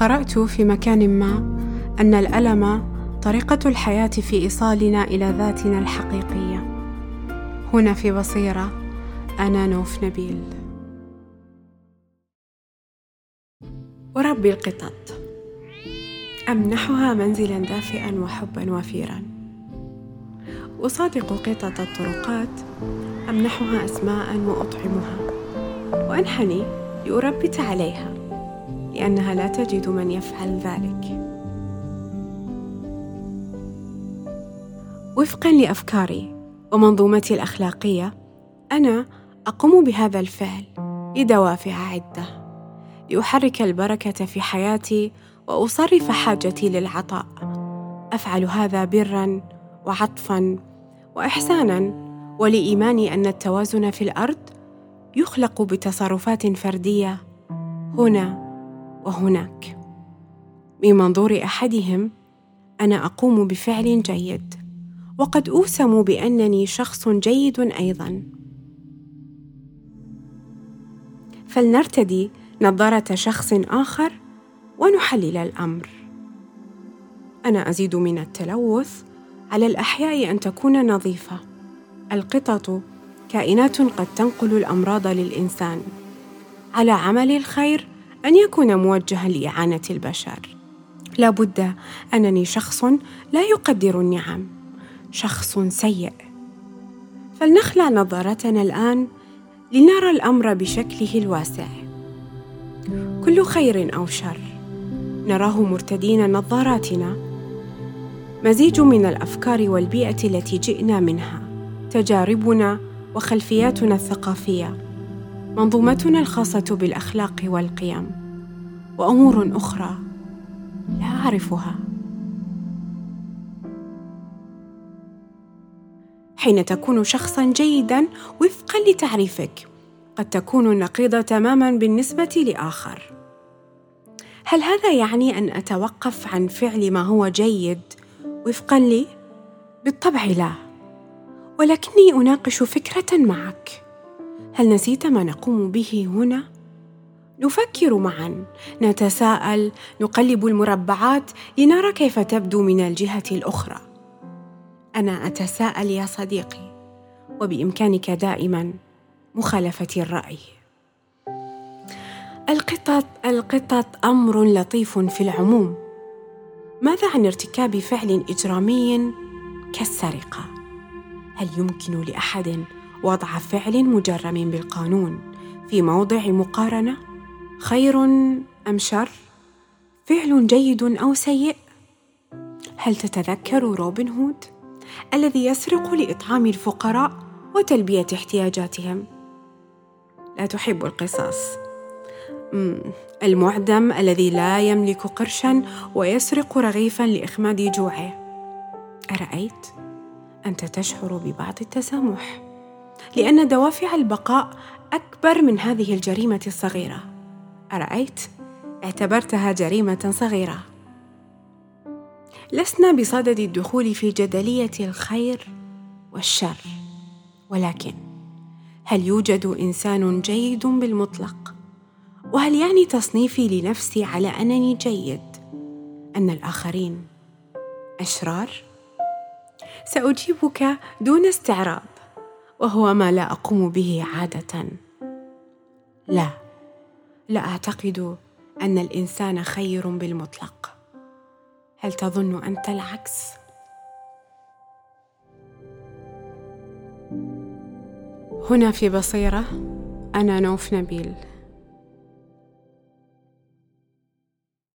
قرأت في مكان ما أن الألم طريقة الحياة في إيصالنا إلى ذاتنا الحقيقية. هنا في بصيرة، أنا نوف نبيل. أربي القطط، أمنحها منزلاً دافئاً وحباً وفيراً. أصادق قطط الطرقات، أمنحها أسماء وأطعمها، وأنحني لأربت عليها لأنها لا تجد من يفعل ذلك. وفقاً لأفكاري ومنظومتي الأخلاقية، أنا أقوم بهذا الفعل لدوافع عدة: لأحرك البركة في حياتي وأصرف حاجتي للعطاء. أفعل هذا براً وعطفاً وإحساناً، ولإيماني أن التوازن في الأرض يخلق بتصرفات فردية هنا وهناك. من منظور أحدهم، أنا أقوم بفعل جيد، وقد أوسم بأنني شخص جيد أيضاً. فلنرتدي نظارة شخص آخر ونحلل الأمر. أنا أزيد من التلوث على الأحياء أن تكون نظيفة. القطط كائنات قد تنقل الأمراض للإنسان. على عمل الخير أن يكون موجهاً لإعانة البشر. لا بد أنني شخص لا يقدر النعم، شخص سيء. فلنخلع نظارتنا الآن لنرى الأمر بشكله الواسع. كل خير أو شر نراه مرتدين نظاراتنا، مزيج من الأفكار والبيئة التي جئنا منها، تجاربنا وخلفياتنا الثقافية، منظومتنا الخاصة بالأخلاق والقيم، وأمور أخرى لا أعرفها. حين تكون شخصاً جيداً وفقاً لتعريفك، قد تكون نقيضة تماماً بالنسبة لآخر. هل هذا يعني أن أتوقف عن فعل ما هو جيد وفقاً لي؟ بالطبع لا، ولكني أناقش فكرة معك. هل نسيت ما نقوم به هنا؟ نفكر معاً، نتساءل، نقلب المربعات لنرى كيف تبدو من الجهة الأخرى. أنا أتساءل يا صديقي، وبإمكانك دائماً مخالفة الرأي. القطط أمر لطيف في العموم. ماذا عن ارتكاب فعل إجرامي كالسرقة؟ هل يمكن لأحد وضع فعل مجرم بالقانون في موضع مقارنة؟ خير أم شر؟ فعل جيد أو سيء؟ هل تتذكر روبن هود الذي يسرق لإطعام الفقراء وتلبية احتياجاتهم؟ لا تحب القصص. المعدم الذي لا يملك قرشاً ويسرق رغيفاً لإخماد جوعه. أرأيت؟ أنت تشعر ببعض التسامح، لأن دوافع البقاء أكبر من هذه الجريمة الصغيرة. أرأيت؟ اعتبرتها جريمة صغيرة. لسنا بصدد الدخول في جدلية الخير والشر، ولكن هل يوجد إنسان جيد بالمطلق؟ وهل يعني تصنيفي لنفسي على أنني جيد أن الآخرين أشرار؟ سأجيبك دون استعراض، وهو ما لا أقوم به عادة. لا أعتقد أن الإنسان خير بالمطلق. هل تظن أنت العكس؟ هنا في بصيرة، أنا نوف نبيل.